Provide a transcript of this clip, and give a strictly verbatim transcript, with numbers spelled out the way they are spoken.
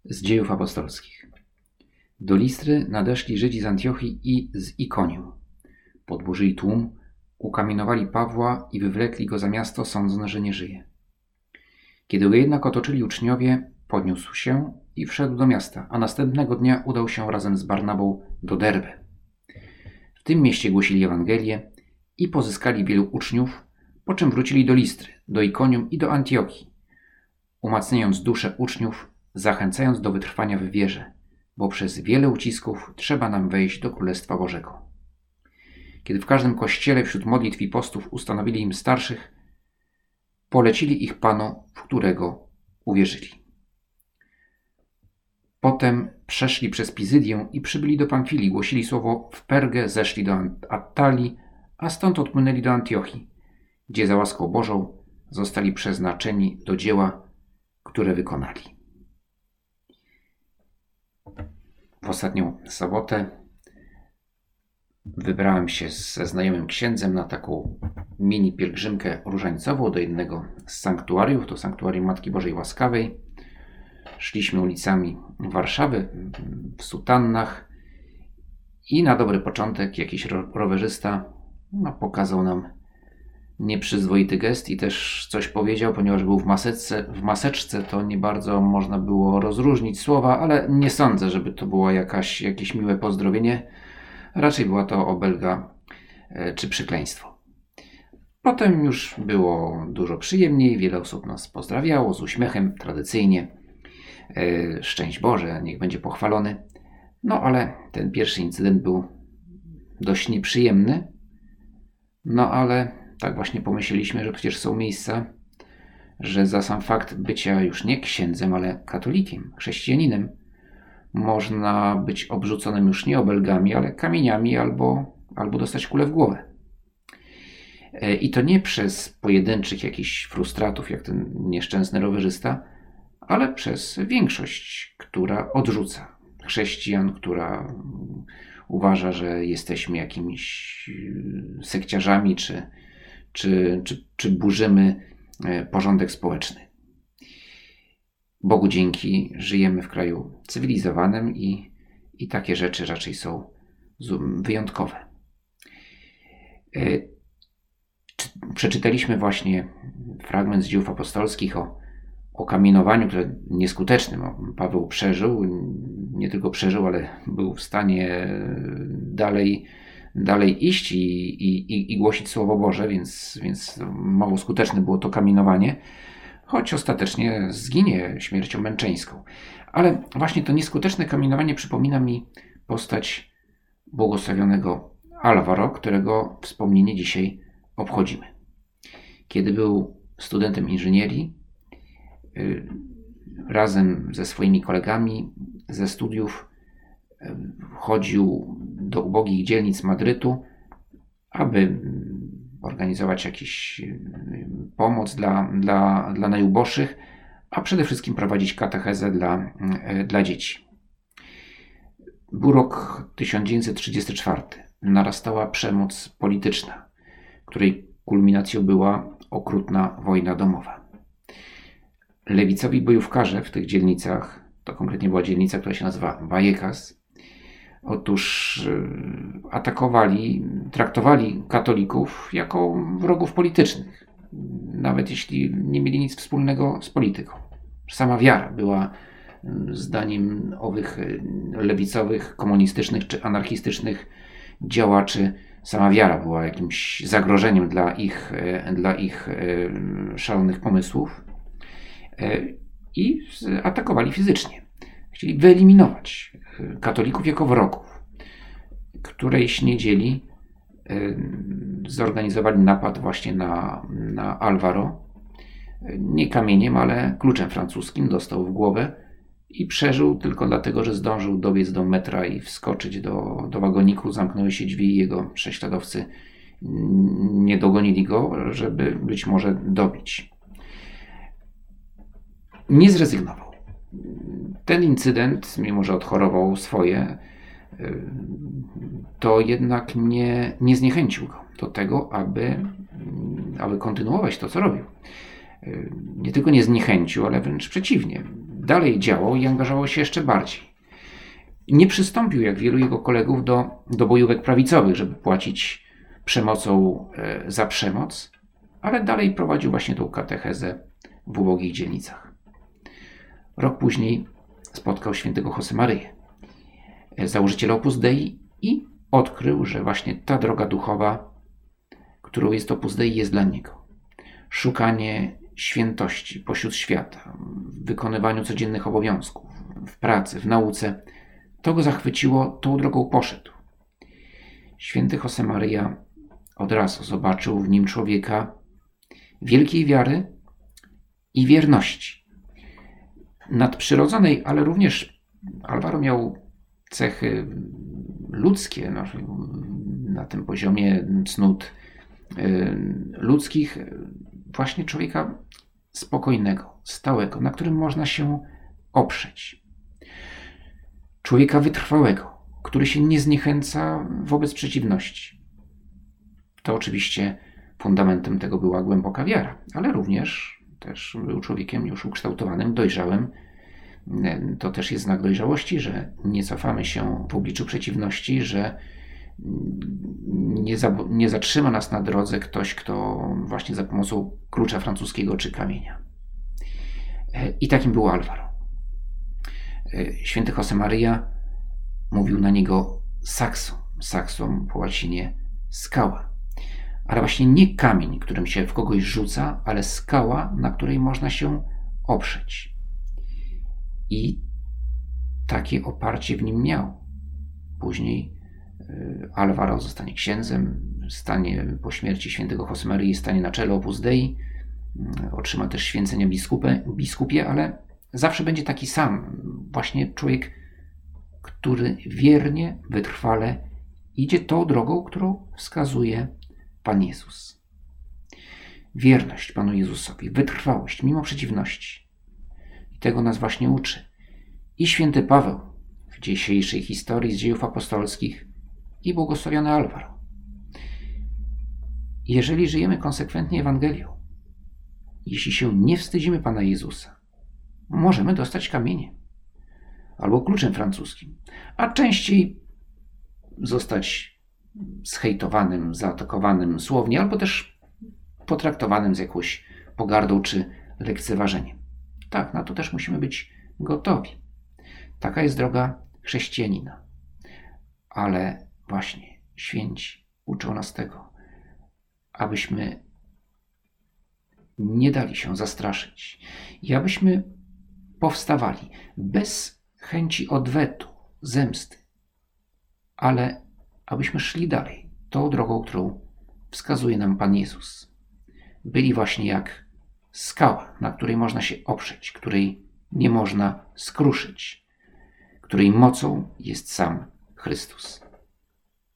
Z Dziejów Apostolskich. Do Listry nadeszli Żydzi z Antiochii i z Ikonium. Podburzyli tłum, ukamienowali Pawła i wywlekli go za miasto, sądząc, że nie żyje. Kiedy go jednak otoczyli uczniowie, podniósł się i wszedł do miasta, a następnego dnia udał się razem z Barnabą do Derby. W tym mieście głosili Ewangelię i pozyskali wielu uczniów, po czym wrócili do Listry, do Ikonium i do Antiochii, umacniając dusze uczniów, zachęcając do wytrwania w wierze, bo przez wiele ucisków trzeba nam wejść do Królestwa Bożego. Kiedy w każdym kościele wśród modlitw i postów ustanowili im starszych, polecili ich Panu, w którego uwierzyli. Potem przeszli przez Pizydię i przybyli do Pamfilii, głosili słowo w Pergę, zeszli do Attalii, a stąd odpłynęli do Antiochii, gdzie za łaską Bożą zostali przeznaczeni do dzieła, które wykonali. W ostatnią sobotę wybrałem się ze znajomym księdzem na taką mini pielgrzymkę różańcową do jednego z sanktuariów, to sanktuarium Matki Bożej Łaskawej. Szliśmy ulicami Warszawy w sutannach i na dobry początek jakiś rowerzysta no, pokazał nam nieprzyzwoity gest i też coś powiedział, ponieważ był w maseczce, w maseczce, to nie bardzo można było rozróżnić słowa, ale nie sądzę, żeby to było jakaś, jakieś miłe pozdrowienie. Raczej była to obelga e, czy przekleństwo. Potem już było dużo przyjemniej, wiele osób nas pozdrawiało z uśmiechem, tradycyjnie. E, szczęść Boże, niech będzie pochwalony. No ale ten pierwszy incydent był dość nieprzyjemny. No ale tak właśnie pomyśleliśmy, że przecież są miejsca, że za sam fakt bycia już nie księdzem, ale katolikiem, chrześcijaninem, można być obrzuconym już nie obelgami, ale kamieniami albo, albo dostać kulę w głowę. I to nie przez pojedynczych jakichś frustratów, jak ten nieszczęsny rowerzysta, ale przez większość, która odrzuca chrześcijan, która uważa, że jesteśmy jakimiś sekciarzami, czy, czy, czy, czy burzymy porządek społeczny. Bogu dzięki, żyjemy w kraju cywilizowanym i, i takie rzeczy raczej są wyjątkowe. Przeczytaliśmy właśnie fragment z Dziejów Apostolskich o, o kamienowaniu, które nieskutecznym. Paweł przeżył, nie tylko przeżył, ale był w stanie dalej, dalej iść i, i, i głosić Słowo Boże, więc, więc mało skuteczne było to kamienowanie, choć ostatecznie zginie śmiercią męczeńską. Ale właśnie to nieskuteczne kamienowanie przypomina mi postać błogosławionego Alvaro, którego wspomnienie dzisiaj obchodzimy. Kiedy był studentem inżynierii, razem ze swoimi kolegami ze studiów chodził do ubogich dzielnic Madrytu, aby organizować jakiś pomoc dla, dla, dla najuboższych, a przede wszystkim prowadzić katechezę dla, dla dzieci. Był rok tysiąc dziewięćset trzydziesty czwarty. Narastała przemoc polityczna, której kulminacją była okrutna wojna domowa. Lewicowi bojówkarze w tych dzielnicach, to konkretnie była dzielnica, która się nazywa Vallecas, otóż atakowali, traktowali katolików jako wrogów politycznych, nawet jeśli nie mieli nic wspólnego z polityką. Sama wiara była, zdaniem owych lewicowych, komunistycznych czy anarchistycznych działaczy, sama wiara była jakimś zagrożeniem dla ich, dla ich szalonych pomysłów i atakowali fizycznie. Chcieli wyeliminować katolików jako wrogów. Którejś niedzieli zorganizowali napad właśnie na, na Alvaro. Nie kamieniem, ale kluczem francuskim dostał w głowę i przeżył tylko dlatego, że zdążył dobiec do metra i wskoczyć do, do wagoniku. Zamknęły się drzwi i jego prześladowcy nie dogonili go, żeby być może dobić. Nie zrezygnował. Ten incydent, mimo że odchorował swoje, to jednak nie, nie zniechęcił go do tego, aby, aby kontynuować to, co robił. Nie tylko nie zniechęcił, ale wręcz przeciwnie. dalej działał i angażował się jeszcze bardziej. Nie przystąpił, jak wielu jego kolegów, do, do bojówek prawicowych, żeby płacić przemocą e, za przemoc, ale dalej prowadził właśnie tą katechezę w ubogich dzielnicach. Rok później spotkał świętego Josemaryję, założyciela Opus Dei, i odkrył, że właśnie ta droga duchowa, którą jest Opus Dei, jest dla niego. Szukanie świętości pośród świata, w wykonywaniu codziennych obowiązków, w pracy, w nauce, to go zachwyciło, tą drogą poszedł. Święty Josemaryja od razu zobaczył w nim człowieka wielkiej wiary i wierności. Nadprzyrodzonej, ale również Alvaro miał cechy ludzkie, no, na tym poziomie cnót ludzkich, właśnie człowieka spokojnego, stałego, na którym można się oprzeć. Człowieka wytrwałego, który się nie zniechęca wobec przeciwności. To oczywiście fundamentem tego była głęboka wiara, ale również też był człowiekiem już ukształtowanym, dojrzałym. To też jest znak dojrzałości, że nie cofamy się w obliczu przeciwności, że nie, za, nie zatrzyma nas na drodze ktoś, kto właśnie za pomocą klucza francuskiego czy kamienia. I takim był Alvaro. Święty Josemaryja mówił na niego saxo, saxo po łacinie skała. Ale właśnie nie kamień, którym się w kogoś rzuca, ale skała, na której można się oprzeć. I takie oparcie w nim miał. Później Alvaro zostanie księdzem, stanie po śmierci świętego Josemaryi, stanie na czele Opus Dei, otrzyma też święcenia biskupy, biskupie, ale zawsze będzie taki sam. Właśnie człowiek, który wiernie, wytrwale idzie tą drogą, którą wskazuje Pan Jezus. Wierność Panu Jezusowi, wytrwałość mimo przeciwności. I tego nas właśnie uczy i święty Paweł w dzisiejszej historii z dziejów apostolskich, i błogosławiony Alvaro. Jeżeli żyjemy konsekwentnie Ewangelią, jeśli się nie wstydzimy Pana Jezusa, możemy dostać kamieniem albo kluczem francuskim, a częściej zostać zhejtowanym, zaatakowanym słownie, albo też potraktowanym z jakąś pogardą czy lekceważeniem. Tak, na to też musimy być gotowi. Taka jest droga chrześcijanina. Ale właśnie święci uczą nas tego, abyśmy nie dali się zastraszyć i abyśmy powstawali bez chęci odwetu, zemsty, ale abyśmy szli dalej tą drogą, którą wskazuje nam Pan Jezus. Byli właśnie jak skała, na której można się oprzeć, której nie można skruszyć, której mocą jest sam Chrystus.